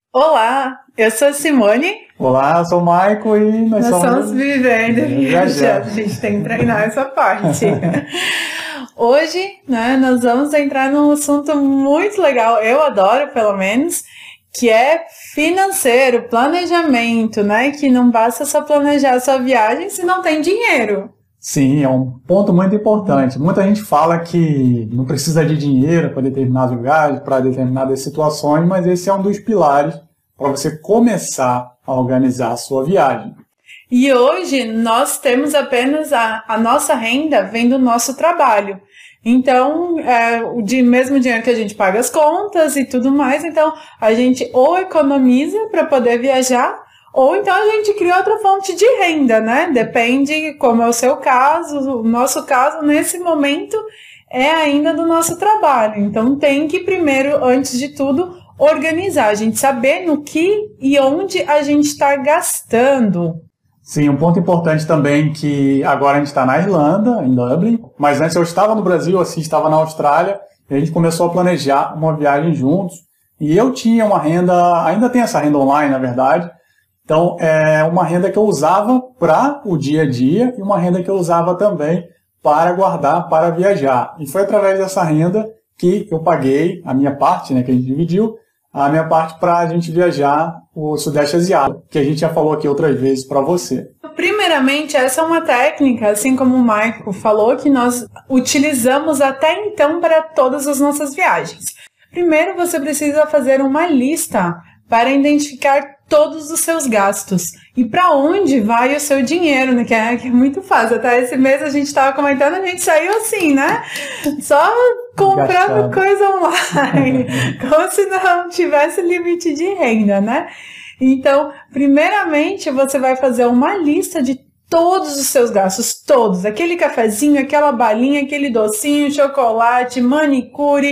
Olá, eu sou a Simone. Olá, eu sou o Maico e nós somos Vivendo e Viajando. A gente tem que treinar essa parte. Hoje, nós vamos entrar num assunto muito legal, eu adoro pelo menos, que é financeiro, planejamento, que não basta só planejar a sua viagem se não tem dinheiro. Sim, é um ponto muito importante. Muita gente fala que não precisa de dinheiro para determinados lugares, para determinadas situações, mas esse é um dos pilares para você começar a organizar a sua viagem. E hoje nós temos apenas a nossa renda vem do nosso trabalho. Então, o mesmo dinheiro que a gente paga as contas e tudo mais, então a gente ou economiza para poder viajar, ou então a gente cria outra fonte de renda, Depende como é o seu caso. O nosso caso, nesse momento, é ainda do nosso trabalho. Então tem que primeiro, antes de tudo, organizar. A gente saber no que e onde a gente está gastando. Sim, um ponto importante também que agora a gente está na Irlanda, em Dublin, mas antes eu estava no Brasil, assim, estava na Austrália, e a gente começou a planejar uma viagem juntos. E eu tinha uma renda, ainda tenho essa renda online, na verdade. Então, é uma renda que eu usava para o dia a dia e uma renda que eu usava também para guardar, para viajar. E foi através dessa renda que eu paguei a minha parte, que a gente dividiu, a minha parte para a gente viajar o Sudeste Asiático, que a gente já falou aqui outras vezes para você. Primeiramente, essa é uma técnica, assim como o Marco falou, que nós utilizamos até então para todas as nossas viagens. Primeiro, você precisa fazer uma lista para identificar todos os seus gastos e para onde vai o seu dinheiro, que é muito fácil. Até esse mês a gente estava comentando, a gente saiu assim, só comprando coisa online, como se não tivesse limite de renda, Então, primeiramente, você vai fazer uma lista de todos os seus gastos, todos. Aquele cafezinho, aquela balinha, aquele docinho, chocolate, manicure,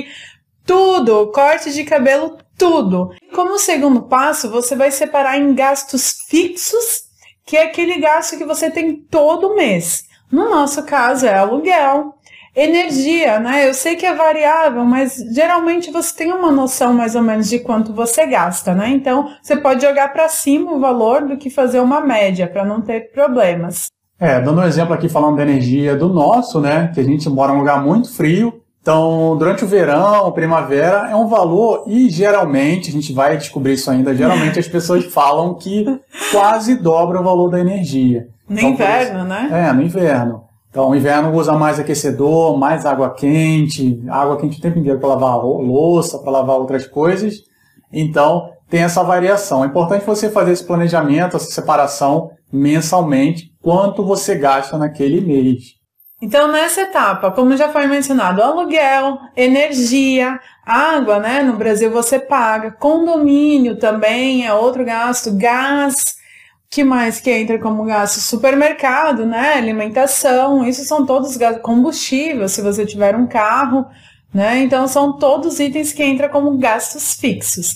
tudo, corte de cabelo, tudo. Como segundo passo, você vai separar em gastos fixos, que é aquele gasto que você tem todo mês. No nosso caso, é aluguel, energia, Eu sei que é variável, mas geralmente você tem uma noção mais ou menos de quanto você gasta, Então, você pode jogar para cima o valor do que fazer uma média, para não ter problemas. Dando um exemplo aqui, falando da energia do nosso, que a gente mora num lugar muito frio. Então, durante o verão, primavera, é um valor e geralmente, a gente vai descobrir isso ainda, geralmente as pessoas falam que quase dobra o valor da energia. No inverno, No inverno. Então, o inverno usa mais aquecedor, mais água quente o tempo inteiro para lavar louça, para lavar outras coisas. Então, tem essa variação. É importante você fazer esse planejamento, essa separação mensalmente, quanto você gasta naquele mês. Então, nessa etapa, como já foi mencionado, aluguel, energia, água, No Brasil você paga, condomínio também é outro gasto, gás, que mais que entra como gasto? Supermercado, Alimentação, isso são todos gastos, combustível, se você tiver um carro, Então, são todos itens que entram como gastos fixos.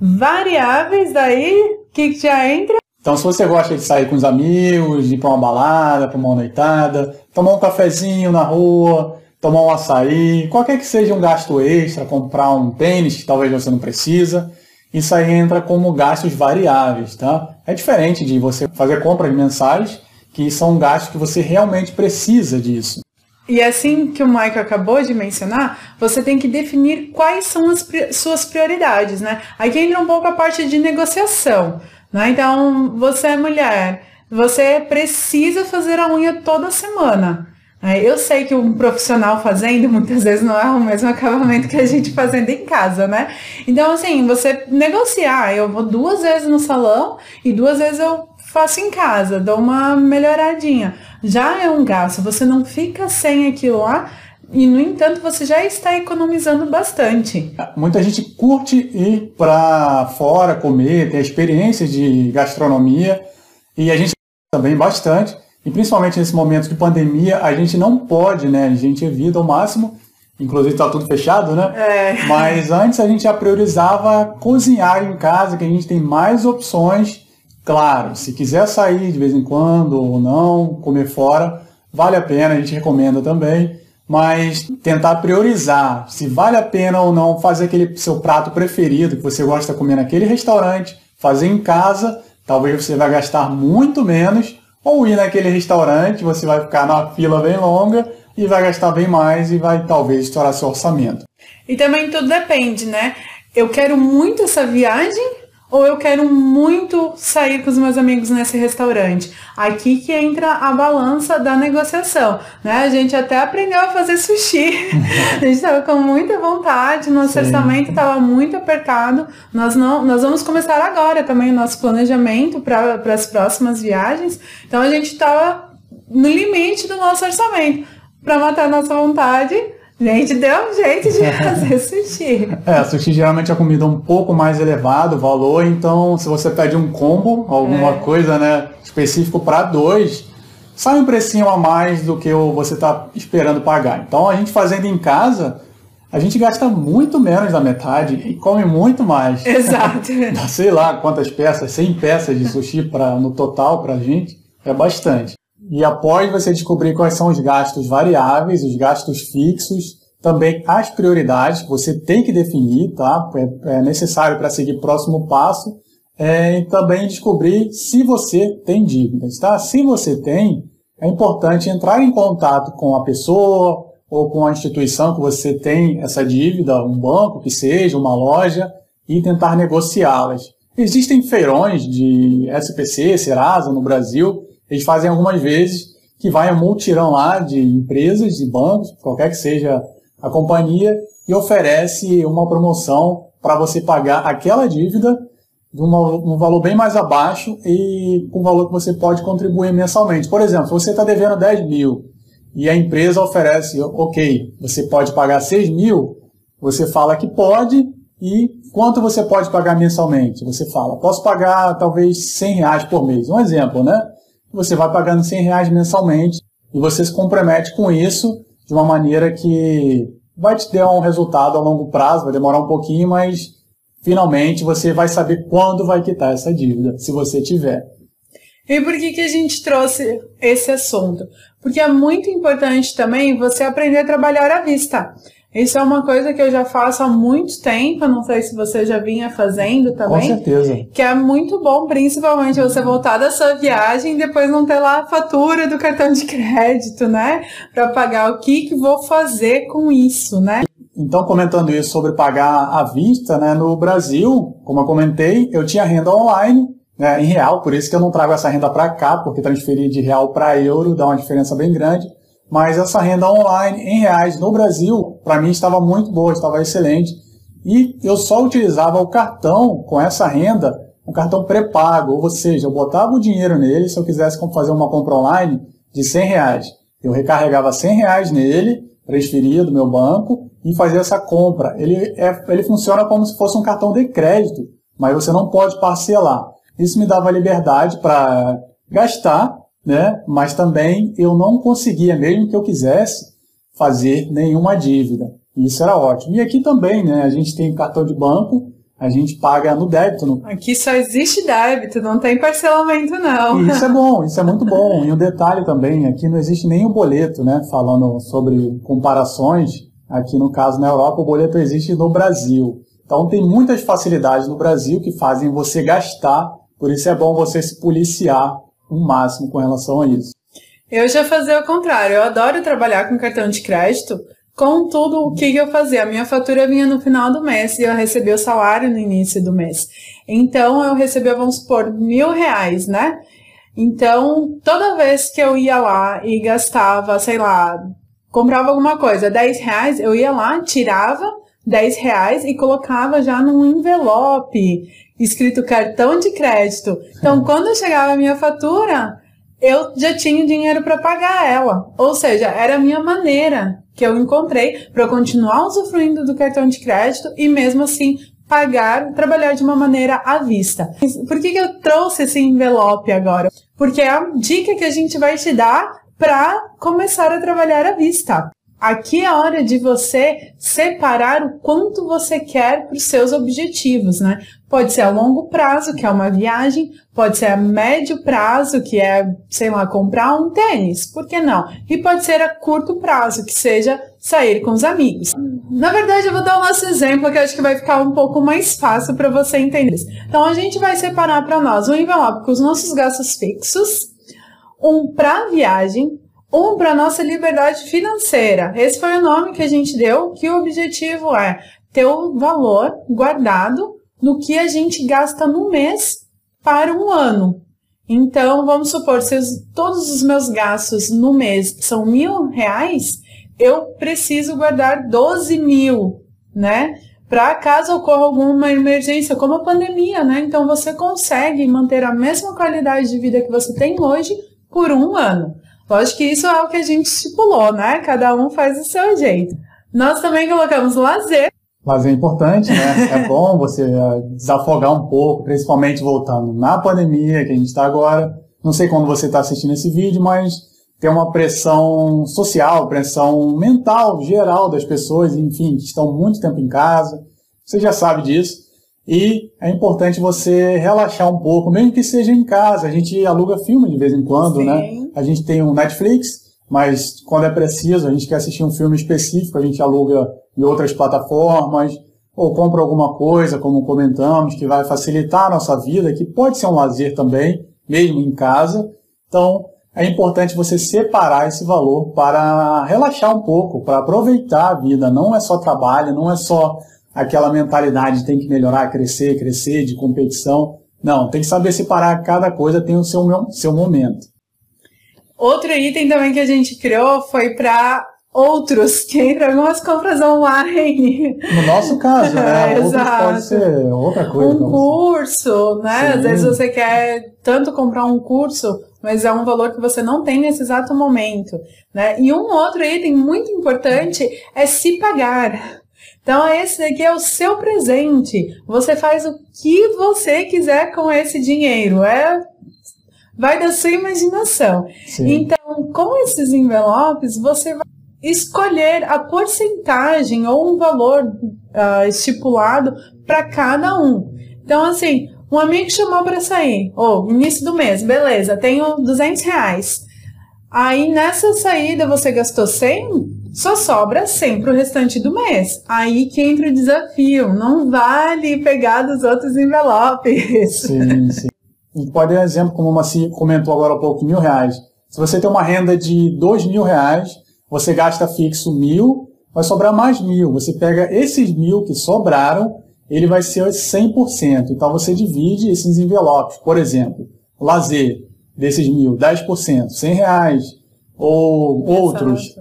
Variáveis daí, que já entra? Então, se você gosta de sair com os amigos, de ir para uma balada, para uma noitada, tomar um cafezinho na rua, tomar um açaí, qualquer que seja um gasto extra, comprar um tênis que talvez você não precisa, isso aí entra como gastos variáveis, tá? É diferente de você fazer compras mensais, que são gastos que você realmente precisa disso. E assim que o Mike acabou de mencionar, você tem que definir quais são as suas prioridades, Aqui entra um pouco a parte de negociação. Então, você é mulher, você precisa fazer a unha toda semana. Eu sei que um profissional fazendo, muitas vezes não é o mesmo acabamento que a gente fazendo em casa, Então, assim, você negociar, eu vou 2 vezes no salão e 2 vezes eu faço em casa, dou uma melhoradinha. Já é um gasto, você não fica sem aquilo lá, e, no entanto, você já está economizando bastante. Muita gente curte ir para fora comer, ter experiências de gastronomia, e a gente também bastante, e principalmente nesse momento de pandemia, a gente não pode, a gente evita ao máximo, inclusive está tudo fechado, Mas antes a gente já priorizava cozinhar em casa, que a gente tem mais opções. Claro, se quiser sair de vez em quando ou não, comer fora, vale a pena, a gente recomenda também. mas tentar priorizar se vale a pena ou não fazer aquele seu prato preferido que você gosta de comer naquele restaurante, fazer em casa, talvez você vai gastar muito menos, ou ir naquele restaurante, você vai ficar numa fila bem longa e vai gastar bem mais e vai talvez estourar seu orçamento. E também tudo depende, né? Eu quero muito essa viagem ou eu quero muito sair com os meus amigos nesse restaurante? Aqui que entra a balança da negociação, né? A gente até aprendeu a fazer sushi. A gente estava com muita vontade, nosso orçamento estava muito apertado. Nós vamos começar agora também o nosso planejamento para as próximas viagens. Então a gente estava no limite do nosso orçamento. Para matar a nossa vontade, a gente deu um jeito de fazer sushi. Sushi geralmente é a comida um pouco mais elevado, o valor, então se você pede um combo, alguma coisa, né, específico para 2, sai um precinho a mais do que você está esperando pagar. Então a gente fazendo em casa, a gente gasta muito menos da metade e come muito mais. Exato. Dá, sei lá quantas peças, 100 peças de sushi no total para a gente, é bastante. E após você descobrir quais são os gastos variáveis, os gastos fixos, também as prioridades que você tem que definir, tá? É necessário para seguir o próximo passo. E também descobrir se você tem dívidas, tá? Se você tem, é importante entrar em contato com a pessoa ou com a instituição que você tem essa dívida, um banco que seja, uma loja, e tentar negociá-las. Existem feirões de SPC, Serasa no Brasil. Eles fazem algumas vezes que vai um multirão lá de empresas, de bancos, qualquer que seja a companhia, e oferece uma promoção para você pagar aquela dívida de um valor bem mais abaixo e com um valor que você pode contribuir mensalmente. Por exemplo, se você está devendo 10 mil e a empresa oferece, ok, você pode pagar 6 mil, você fala que pode e quanto você pode pagar mensalmente? Você fala, posso pagar talvez R$100 por mês. Um exemplo, né? Você vai pagando R$100 mensalmente e você se compromete com isso de uma maneira que vai te dar um resultado a longo prazo, vai demorar um pouquinho, mas finalmente você vai saber quando vai quitar essa dívida, se você tiver. E por que a gente trouxe esse assunto? Porque é muito importante também você aprender a trabalhar à vista. Isso é uma coisa que eu já faço há muito tempo, não sei se você já vinha fazendo também. Com certeza. Que é muito bom, principalmente você voltar da sua viagem e depois não ter lá a fatura do cartão de crédito, né? Para pagar o que vou fazer com isso, né? Então, comentando isso sobre pagar à vista, né? No Brasil, como eu comentei, eu tinha renda online, né, em real, por isso que eu não trago essa renda para cá, porque transferir de real para euro dá uma diferença bem grande. Mas essa renda online em reais no Brasil, para mim, estava muito boa, estava excelente. E eu só utilizava o cartão com essa renda, um cartão pré-pago, ou seja, eu botava o dinheiro nele, se eu quisesse fazer uma compra online de R$100. Eu recarregava R$100 nele, transferia do meu banco e fazia essa compra. Ele funciona como se fosse um cartão de crédito, mas você não pode parcelar. Isso me dava liberdade para gastar, né? Mas também eu não conseguia, mesmo que eu quisesse, fazer nenhuma dívida. Isso era ótimo. E aqui também, né? A gente tem cartão de banco, a gente paga no débito. Aqui só existe débito, não tem parcelamento, não. E isso é bom, isso é muito bom. E um detalhe também, aqui não existe nem o boleto, né? Falando sobre comparações, aqui no caso na Europa, o boleto existe no Brasil. Então tem muitas facilidades no Brasil que fazem você gastar, por isso é bom você se policiar o máximo com relação a isso. Eu já fazia o contrário, eu adoro trabalhar com cartão de crédito, contudo, o que eu fazia? A minha fatura vinha no final do mês e eu recebia o salário no início do mês. Então, eu recebia, vamos supor, R$1.000, né? Então, toda vez que eu ia lá e gastava, sei lá, comprava alguma coisa, R$10, eu ia lá, tirava R$10 e colocava já num envelope escrito cartão de crédito. Então, quando chegava a minha fatura, eu já tinha dinheiro para pagar ela. Ou seja, era a minha maneira que eu encontrei para eu continuar usufruindo do cartão de crédito e mesmo assim trabalhar de uma maneira à vista. Por que eu trouxe esse envelope agora? Porque é a dica que a gente vai te dar para começar a trabalhar à vista. Aqui é hora de você separar o quanto você quer para os seus objetivos, né? Pode ser a longo prazo, que é uma viagem, pode ser a médio prazo, que é, sei lá, comprar um tênis, por que não? E pode ser a curto prazo, que seja sair com os amigos. Na verdade, eu vou dar o nosso exemplo, que eu acho que vai ficar um pouco mais fácil para você entender. Então, a gente vai separar para nós um envelope com os nossos gastos fixos, um para viagem, um para nossa liberdade financeira. Esse foi o nome que a gente deu, que o objetivo é ter o valor guardado no que a gente gasta no mês para um ano. Então, vamos supor, se todos os meus gastos no mês são R$1.000, eu preciso guardar 12.000, né? Para caso ocorra alguma emergência, como a pandemia, né? Então, você consegue manter a mesma qualidade de vida que você tem hoje por um ano. Lógico que isso é o que a gente estipulou, né? Cada um faz o seu jeito. Nós também colocamos lazer. Lazer é importante, né? É bom você desafogar um pouco, principalmente voltando na pandemia que a gente está agora. Não sei quando você está assistindo esse vídeo, mas tem uma pressão social, pressão mental geral das pessoas, enfim, que estão muito tempo em casa. Você já sabe disso. E é importante você relaxar um pouco, mesmo que seja em casa. A gente aluga filme de vez em quando, Sim. né? A gente tem um Netflix, mas quando é preciso, a gente quer assistir um filme específico, a gente aluga em outras plataformas, ou compra alguma coisa, como comentamos, que vai facilitar a nossa vida, que pode ser um lazer também, mesmo em casa. Então, é importante você separar esse valor para relaxar um pouco, para aproveitar a vida. Não é só trabalho, não é só aquela mentalidade de tem que melhorar, crescer, de competição. Não, tem que saber separar, cada coisa tem o seu momento. Outro item também que a gente criou foi para outros, que entram algumas compras online. No nosso caso, né? Outros Exato. pode ser outra coisa. Um curso, né? Sim. Às vezes você quer tanto comprar um curso, mas é um valor que você não tem nesse exato momento, né? E um outro item muito importante é se pagar. Então, esse daqui é o seu presente. Você faz o que você quiser com esse dinheiro. Vai da sua imaginação. Sim. Então, com esses envelopes, você vai escolher a porcentagem ou um valor estipulado para cada um. Então, assim, um amigo chamou para sair, início do mês, beleza, tenho R$200. Aí, nessa saída, você gastou 100, só sobra 100 para o restante do mês. Aí que entra o desafio, não vale pegar dos outros envelopes. Sim. E pode dar exemplo, como o Maci comentou agora há pouco, R$1.000. Se você tem uma renda de R$2.000, você gasta fixo 1.000, vai sobrar mais 1.000. Você pega esses 1.000 que sobraram, ele vai ser 100%. Então você divide esses envelopes. Por exemplo, lazer, desses 1.000, 10%, R$100. Ou outros,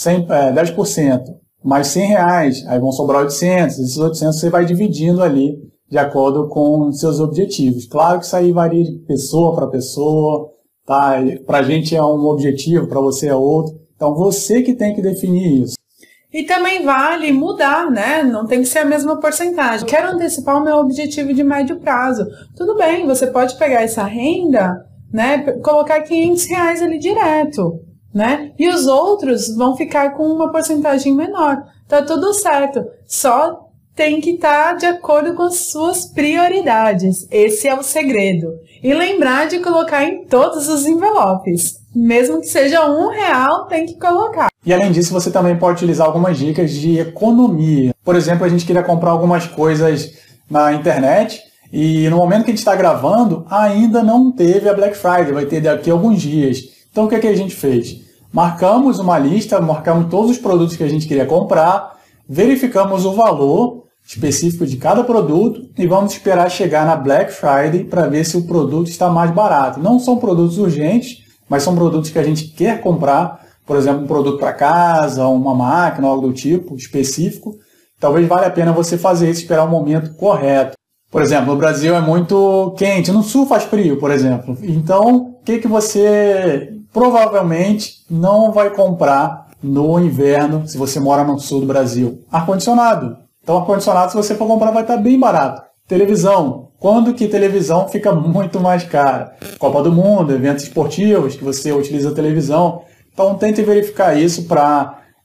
10%, mais R$100, aí vão sobrar 800. Esses 800 você vai dividindo ali de acordo com os seus objetivos. Claro que isso aí varia de pessoa para pessoa, tá? Para a gente é um objetivo, para você é outro. Então, você que tem que definir isso. E também vale mudar, né? Não tem que ser a mesma porcentagem. Quero antecipar o meu objetivo de médio prazo. Tudo bem, você pode pegar essa renda, né? Colocar R$500 ali direto, né? E os outros vão ficar com uma porcentagem menor. Tá tudo certo. Só tem que estar de acordo com as suas prioridades. Esse é o segredo. E lembrar de colocar em todos os envelopes. Mesmo que seja R$1, tem que colocar. E além disso, você também pode utilizar algumas dicas de economia. Por exemplo, a gente queria comprar algumas coisas na internet e no momento que a gente está gravando, ainda não teve a Black Friday, vai ter daqui a alguns dias. Então, o que a gente fez? Marcamos uma lista, marcamos todos os produtos que a gente queria comprar, verificamos o valor específico de cada produto e vamos esperar chegar na Black Friday para ver se o produto está mais barato. Não são produtos urgentes, mas são produtos que a gente quer comprar, por exemplo, um produto para casa, uma máquina, algo do tipo específico. Talvez valha a pena você fazer isso, esperar o momento correto. Por exemplo, no Brasil é muito quente, no sul faz frio, por exemplo. Então, o que você provavelmente não vai comprar no inverno, se você mora no sul do Brasil? Ar-condicionado. Então, ar-condicionado, se você for comprar, vai estar bem barato. Televisão. Quando que televisão fica muito mais cara? Copa do Mundo, eventos esportivos, que você utiliza a televisão. Então, tente verificar isso para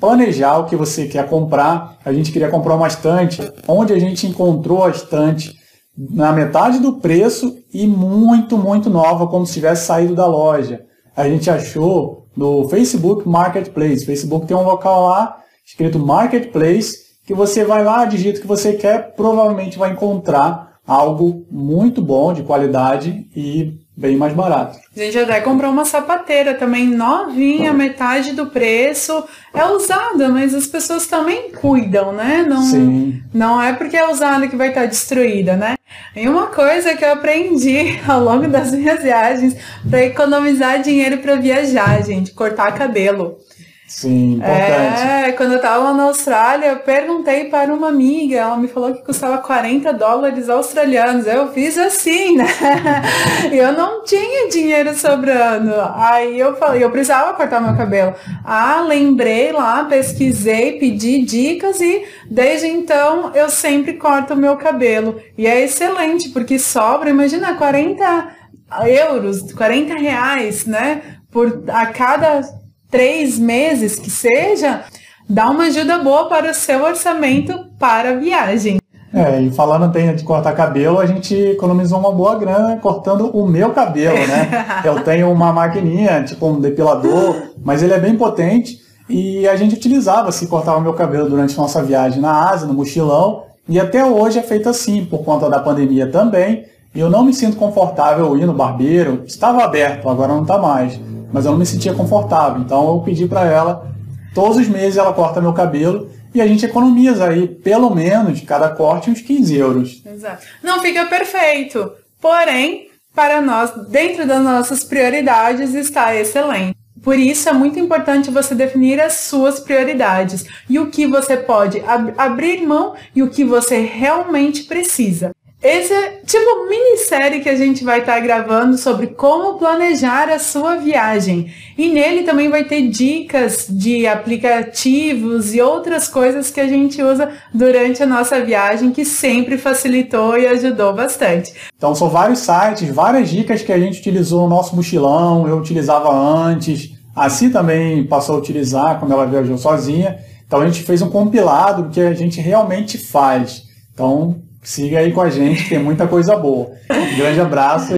planejar o que você quer comprar. A gente queria comprar uma estante, onde a gente encontrou a estante na metade do preço e muito, muito nova, como se tivesse saído da loja. A gente achou no Facebook Marketplace. Facebook tem um local lá, escrito Marketplace, que você vai lá, digita o que você quer, provavelmente vai encontrar algo muito bom, de qualidade e bem mais barato. A gente até comprou uma sapateira também novinha, metade do preço. É usada, mas as pessoas também cuidam, né? Não é porque é usada que vai estar destruída, né? E uma coisa que eu aprendi ao longo das minhas viagens para economizar dinheiro para viajar, gente, cortar cabelo. Sim, importante. Quando eu estava na Austrália, eu perguntei para uma amiga, ela me falou que custava $40 australianos. Eu fiz assim, né? E eu não tinha dinheiro sobrando. Aí eu falei, eu precisava cortar meu cabelo. Lembrei lá, pesquisei, pedi dicas e desde então eu sempre corto o meu cabelo. E é excelente, porque sobra, imagina, 40 euros, 40 reais, né? A cada 3 meses que seja, dá uma ajuda boa para o seu orçamento para a viagem. E falando de cortar cabelo, a gente economizou uma boa grana cortando o meu cabelo, né? Eu tenho uma maquininha, tipo um depilador, mas ele é bem potente e a gente utilizava, cortava o meu cabelo durante nossa viagem na Ásia, no mochilão, e até hoje é feito assim, por conta da pandemia também. E eu não me sinto confortável ir no barbeiro, estava aberto, agora não está mais. Mas eu não me sentia confortável, então eu pedi para ela, todos os meses ela corta meu cabelo e a gente economiza aí, pelo menos, cada corte, uns 15 euros. Exato. Não fica perfeito, porém, para nós, dentro das nossas prioridades, está excelente. Por isso é muito importante você definir as suas prioridades e o que você pode abrir mão e o que você realmente precisa. Esse é tipo minissérie que a gente vai estar gravando sobre como planejar a sua viagem. E nele também vai ter dicas de aplicativos e outras coisas que a gente usa durante a nossa viagem, que sempre facilitou e ajudou bastante. Então são vários sites, várias dicas que a gente utilizou no nosso mochilão, eu utilizava antes, a Si também passou a utilizar quando ela viajou sozinha. Então a gente fez um compilado do que a gente realmente faz. Então siga aí com a gente, tem muita coisa boa. Um grande abraço.